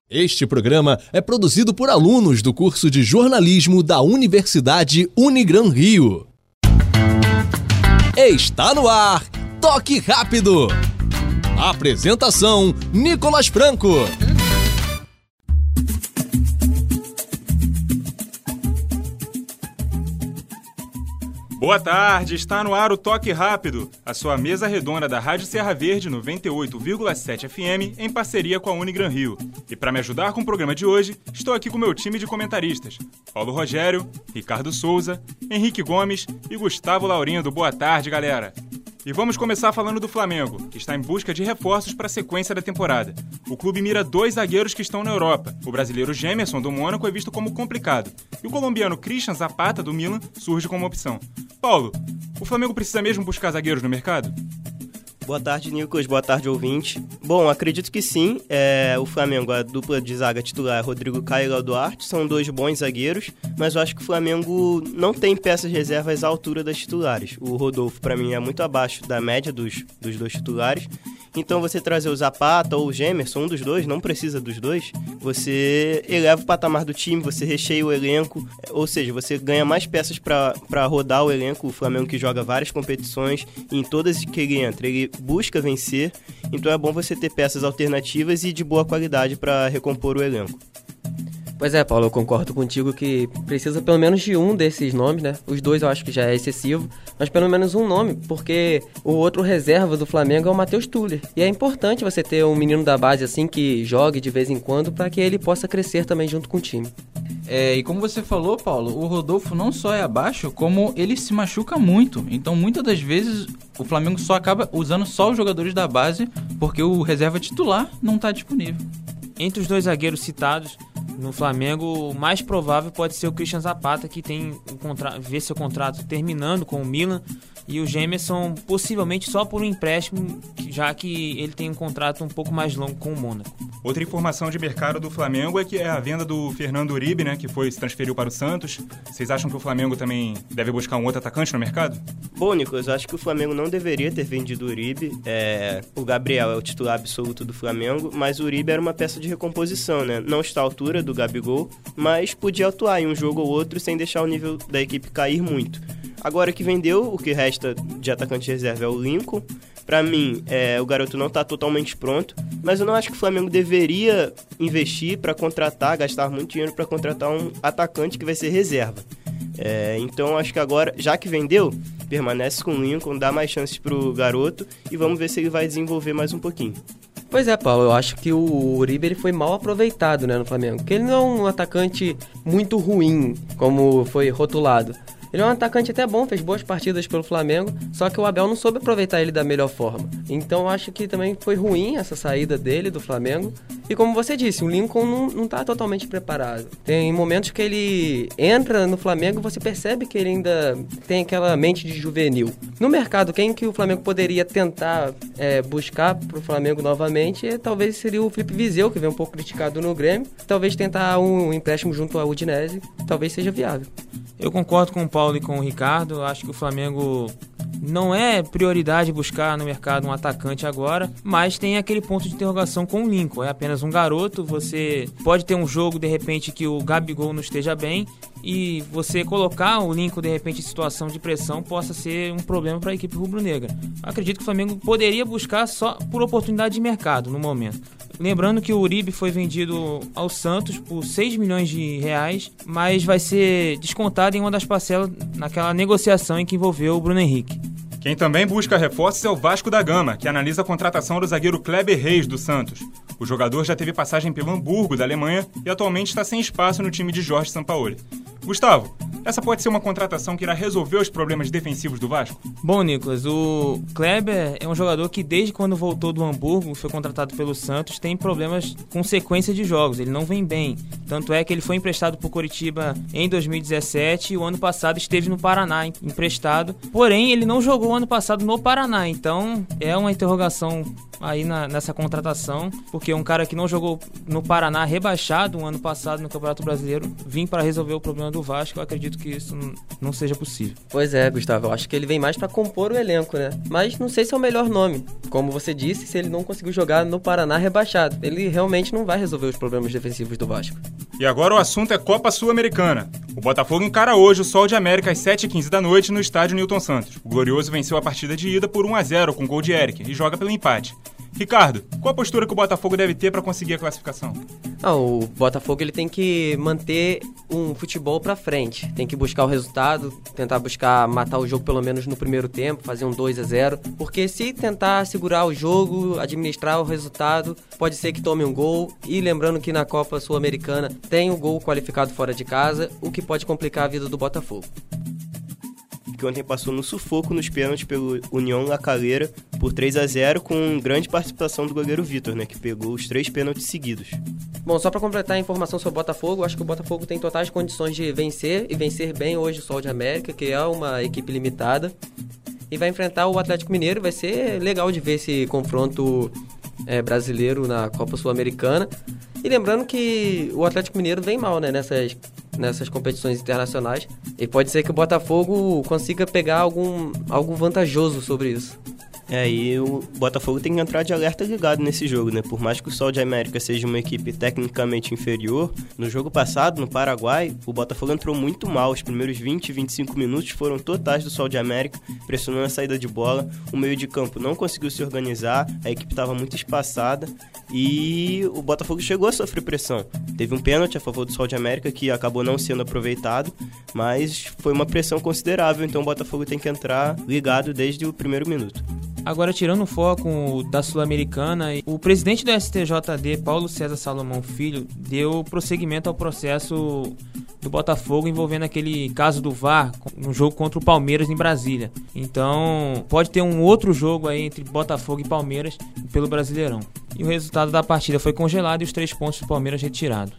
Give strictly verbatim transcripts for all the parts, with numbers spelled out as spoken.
Este programa é produzido por alunos do curso de jornalismo da Universidade Unigran Rio. Está no ar, Toque Rápido. Apresentação, Nicolas Franco. Boa tarde, está no ar o Toque Rápido, a sua mesa redonda da Rádio Serra Verde noventa e oito vírgula sete F M em parceria com a Unigran Rio. E para me ajudar com o programa de hoje, estou aqui com o meu time de comentaristas, Paulo Rogério, Ricardo Souza, Henrique Gomes e Gustavo Laurindo. Boa tarde, galera! E vamos começar falando do Flamengo, que está em busca de reforços para a sequência da temporada. O clube mira dois zagueiros que estão na Europa. O brasileiro Gemerson, do Mônaco, é visto como complicado. E o colombiano Christian Zapata, do Milan, surge como opção. Paulo, o Flamengo precisa mesmo buscar zagueiros no mercado? Boa tarde, Nicolas. Boa tarde, ouvinte. Bom, acredito que sim. É, o Flamengo, a dupla de zaga titular, Rodrigo Caio e Léo Duarte, são dois bons zagueiros, mas eu acho que o Flamengo não tem peças reservas à altura das titulares. O Rodolfo, para mim, é muito abaixo da média dos, dos dois titulares. Então, você trazer o Zapata ou o Gemerson, um dos dois, não precisa dos dois, você eleva o patamar do time, você recheia o elenco, ou seja, você ganha mais peças para rodar o elenco. O Flamengo que joga várias competições, e em todas que ele entra, ele busca vencer, então é bom você ter peças alternativas e de boa qualidade para recompor o elenco. Pois é, Paulo, eu concordo contigo que precisa pelo menos de um desses nomes, né? Os dois eu acho que já é excessivo, mas pelo menos um nome, porque o outro reserva do Flamengo é o Matheus Tuller. E é importante você ter um menino da base assim que jogue de vez em quando para que ele possa crescer também junto com o time. É, e como você falou, Paulo, o Rodolfo não só é abaixo, como ele se machuca muito. Então, muitas das vezes, o Flamengo só acaba usando só os jogadores da base porque o reserva titular não está disponível. Entre os dois zagueiros citados no Flamengo, o mais provável pode ser o Christian Zapata, que tem um contra... vê seu contrato terminando com o Milan, e o Gemerson possivelmente só por um empréstimo, já que ele tem um contrato um pouco mais longo com o Mônaco. Outra informação de mercado do Flamengo é que é a venda do Fernando Uribe, né, que foi se transferiu para o Santos. Vocês acham que o Flamengo também deve buscar um outro atacante no mercado? Bom, Nicolas, eu acho que o Flamengo não deveria ter vendido o Uribe. É... O Gabriel é o titular absoluto do Flamengo, mas o Uribe era uma peça de recomposição, né? Não está à altura do Gabigol, mas podia atuar em um jogo ou outro sem deixar o nível da equipe cair muito. Agora que vendeu, o que resta de atacante reserva é o Lincoln. Para mim, é, o garoto não está totalmente pronto, mas eu não acho que o Flamengo deveria investir para contratar, gastar muito dinheiro para contratar um atacante que vai ser reserva. É, então, acho que agora, já que vendeu, permanece com o Lincoln, dá mais chances pro garoto e vamos ver se ele vai desenvolver mais um pouquinho. Pois é, Paulo, eu acho que o Uribe ele foi mal aproveitado, né, no Flamengo, porque ele não é um atacante muito ruim, como foi rotulado. Ele é um atacante até bom, fez boas partidas pelo Flamengo, só que o Abel não soube aproveitar ele da melhor forma. Então eu acho que também foi ruim essa saída dele do Flamengo. E como você disse, o Lincoln não, não tá totalmente preparado. Tem momentos que ele entra no Flamengo e você percebe que ele ainda tem aquela mente de juvenil. No mercado, quem que o Flamengo poderia tentar é, buscar pro Flamengo novamente, talvez seria o Felipe Viseu, que vem um pouco criticado no Grêmio. Talvez tentar um empréstimo junto ao Udinese, talvez seja viável. Eu concordo com o Paulo e com o Ricardo. Acho que o Flamengo não é prioridade buscar no mercado um atacante agora, mas tem aquele ponto de interrogação com o Lincoln. É apenas um garoto, você pode ter um jogo de repente que o Gabigol não esteja bem e você colocar o Lincoln de repente em situação de pressão possa ser um problema para a equipe rubro-negra. Acredito que o Flamengo poderia buscar só por oportunidade de mercado no momento. Lembrando que o Uribe foi vendido ao Santos por seis milhões de reais, mas vai ser descontado em uma das parcelas naquela negociação em que envolveu o Bruno Henrique. Quem também busca reforços é o Vasco da Gama, que analisa a contratação do zagueiro Kleber Reis, do Santos. O jogador já teve passagem pelo Hamburgo, da Alemanha, e atualmente está sem espaço no time de Jorge Sampaoli. Gustavo, essa pode ser uma contratação que irá resolver os problemas defensivos do Vasco? Bom, Nicolas, o Kleber é um jogador que desde quando voltou do Hamburgo, foi contratado pelo Santos, tem problemas com sequência de jogos, ele não vem bem. Tanto é que ele foi emprestado por Coritiba em dois mil e dezessete e o ano passado esteve no Paraná emprestado, porém ele não jogou ano passado no Paraná, então é uma interrogação aí na, nessa contratação, porque um cara que não jogou no Paraná rebaixado um ano passado no Campeonato Brasileiro, vim para resolver o problema do Vasco, eu acredito acredito que isso n- não seja possível. Pois é, Gustavo, eu acho que ele vem mais pra compor o elenco, né? Mas não sei se é o melhor nome. Como você disse, se ele não conseguiu jogar no Paraná rebaixado, ele realmente não vai resolver os problemas defensivos do Vasco. E agora o assunto é Copa Sul-Americana. O Botafogo encara hoje o Sol de América às sete e quinze da noite no estádio Newton Santos. O Glorioso venceu a partida de ida por um a zero com gol de Eric e joga pelo empate. Ricardo, qual a postura que o Botafogo deve ter para conseguir a classificação? Ah, o Botafogo ele tem que manter um futebol pra frente, tem que buscar o resultado, tentar buscar matar o jogo pelo menos no primeiro tempo, fazer um dois a zero, porque se tentar segurar o jogo, administrar o resultado, pode ser que tome um gol, e lembrando que na Copa Sul-Americana tem o gol qualificado fora de casa, o que pode complicar a vida do Botafogo. Que ontem passou no sufoco nos pênaltis pelo União La Calera por três a zero, com grande participação do goleiro Vitor, né, que pegou os três pênaltis seguidos. Bom, só para completar a informação sobre o Botafogo, acho que o Botafogo tem totais condições de vencer e vencer bem hoje o Sol de América, que é uma equipe limitada, e vai enfrentar o Atlético Mineiro. Vai ser legal de ver esse confronto é, brasileiro na Copa Sul-Americana. E lembrando que o Atlético Mineiro vem mal, né, nessas, nessas competições internacionais, e pode ser que o Botafogo consiga pegar algum, algo vantajoso sobre isso. É, e o Botafogo tem que entrar de alerta ligado nesse jogo, né? Por mais que o Sol de América seja uma equipe tecnicamente inferior, no jogo passado, no Paraguai, o Botafogo entrou muito mal. Os primeiros vinte, vinte e cinco minutos foram totais do Sol de América, pressionando a saída de bola. O meio de campo não conseguiu se organizar, a equipe estava muito espaçada e o Botafogo chegou a sofrer pressão. Teve um pênalti a favor do Sol de América que acabou não sendo aproveitado, mas foi uma pressão considerável, então o Botafogo tem que entrar ligado desde o primeiro minuto. Agora, tirando o foco da Sul-Americana, o presidente do S T J D, Paulo César Salomão Filho, deu prosseguimento ao processo do Botafogo envolvendo aquele caso do V A R no jogo contra o Palmeiras em Brasília. Então, pode ter um outro jogo aí entre Botafogo e Palmeiras pelo Brasileirão. E o resultado da partida foi congelado e os três pontos do Palmeiras retirados.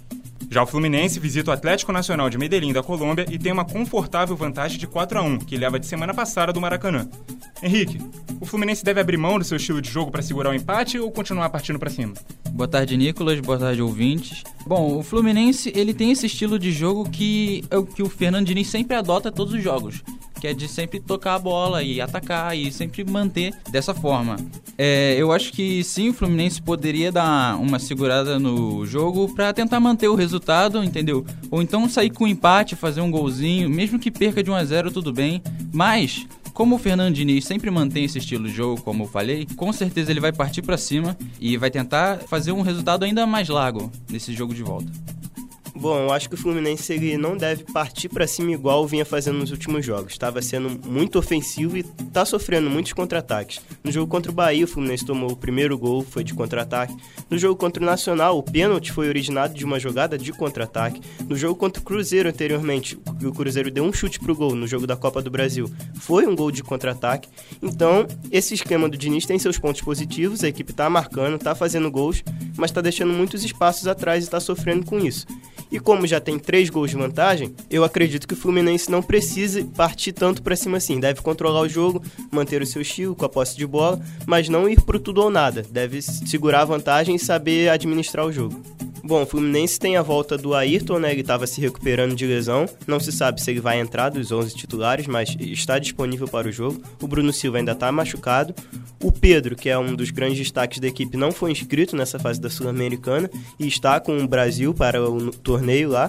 Já o Fluminense visita o Atlético Nacional de Medellín da Colômbia e tem uma confortável vantagem de quatro a um, que leva de semana passada do Maracanã. Henrique, o Fluminense deve abrir mão do seu estilo de jogo para segurar o empate ou continuar partindo para cima? Boa tarde, Nicolas. Boa tarde, ouvintes. Bom, o Fluminense ele tem esse estilo de jogo que é o que o Fernando Diniz sempre adota todos os jogos, que é de sempre tocar a bola e atacar e sempre manter dessa forma. É, eu acho que sim, o Fluminense poderia dar uma segurada no jogo para tentar manter o resultado, entendeu? Ou então sair com um empate, fazer um golzinho, mesmo que perca de um a zero, tudo bem. Mas, como o Fernando Diniz sempre mantém esse estilo de jogo, como eu falei, com certeza ele vai partir para cima e vai tentar fazer um resultado ainda mais largo nesse jogo de volta. Bom, eu acho que o Fluminense ele não deve partir para cima igual vinha fazendo nos últimos jogos. Estava sendo muito ofensivo e está sofrendo muitos contra-ataques. No jogo contra o Bahia, o Fluminense tomou o primeiro gol, foi de contra-ataque. No jogo contra o Nacional, o pênalti foi originado de uma jogada de contra-ataque. No jogo contra o Cruzeiro anteriormente, o Cruzeiro deu um chute pro gol no jogo da Copa do Brasil. Foi um gol de contra-ataque. Então, esse esquema do Diniz tem seus pontos positivos, a equipe está marcando, está fazendo gols, mas está deixando muitos espaços atrás e está sofrendo com isso. E como já tem três gols de vantagem, eu acredito que o Fluminense não precise partir tanto para cima assim. Deve controlar o jogo, manter o seu estilo com a posse de bola, mas não ir pro tudo ou nada. Deve segurar a vantagem e saber administrar o jogo. Bom, o Fluminense tem a volta do Ayrton, né? Ele estava se recuperando de lesão. Não se sabe se ele vai entrar dos onze titulares, mas está disponível para o jogo. O Bruno Silva ainda está machucado. O Pedro, que é um dos grandes destaques da equipe, não foi inscrito nessa fase da Sul-Americana e está com o Brasil para o torneio lá.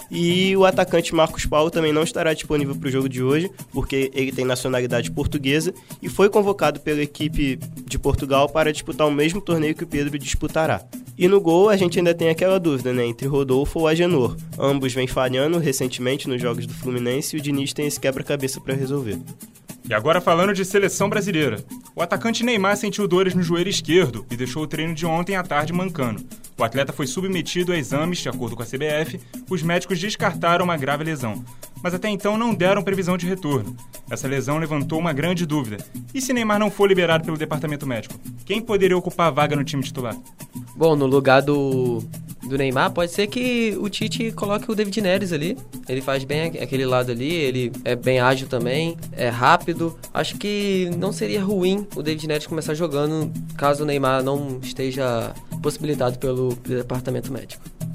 E o atacante Marcos Paulo também não estará disponível para o jogo de hoje, porque ele tem nacionalidade portuguesa e foi convocado pela equipe de Portugal para disputar o mesmo torneio que o Pedro disputará. E no gol a gente ainda tem aquela dúvida, né, entre Rodolfo ou Agenor. Ambos vêm falhando recentemente nos jogos do Fluminense e o Diniz tem esse quebra-cabeça para resolver. E agora falando de seleção brasileira. O atacante Neymar sentiu dores no joelho esquerdo e deixou o treino de ontem à tarde mancando. O atleta foi submetido a exames, de acordo com a C B F, os médicos descartaram uma grave lesão. Mas até então não deram previsão de retorno. Essa lesão levantou uma grande dúvida. E se Neymar não for liberado pelo departamento médico? Quem poderia ocupar a vaga no time titular? Bom, no lugar do, do Neymar, pode ser que o Tite coloque o David Neres ali. Ele faz bem aquele lado ali, ele é bem ágil também, é rápido. Acho que não seria ruim o David Neres começar jogando caso o Neymar não esteja possibilitado pelo departamento médico.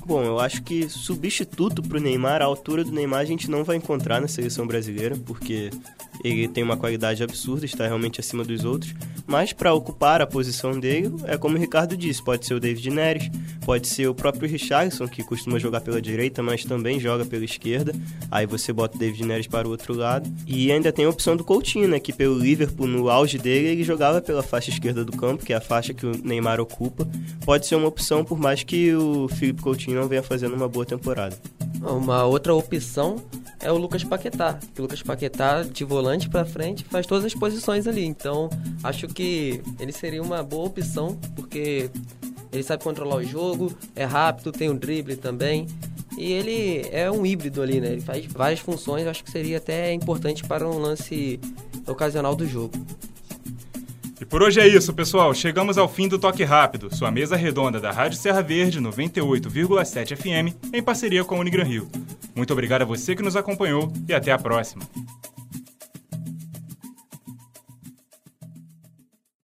Bom, eu acho que substituto pro Neymar, a altura do Neymar a gente não vai encontrar na seleção brasileira, porque ele tem uma qualidade absurda, está realmente acima dos outros, mas para ocupar a posição dele, é como o Ricardo disse, pode ser o David Neres, pode ser o próprio Richarlison, que costuma jogar pela direita, mas também joga pela esquerda, aí você bota o David Neres para o outro lado, e ainda tem a opção do Coutinho, né, que pelo Liverpool, no auge dele, ele jogava pela faixa esquerda do campo, que é a faixa que o Neymar ocupa, pode ser uma opção, por mais que o Philippe Coutinho não venha fazendo uma boa temporada. Uma outra opção é o Lucas Paquetá. O Lucas Paquetá, de volante para frente, faz todas as posições ali. Então, acho que ele seria uma boa opção, porque ele sabe controlar o jogo, é rápido, tem um drible também. E ele é um híbrido ali, né? Ele faz várias funções, acho que seria até importante para um lance ocasional do jogo. E por hoje é isso, pessoal. Chegamos ao fim do Toque Rápido, sua mesa redonda da Rádio Serra Verde noventa e oito vírgula sete F M, em parceria com a Unigran Rio. Muito obrigado a você que nos acompanhou e até a próxima.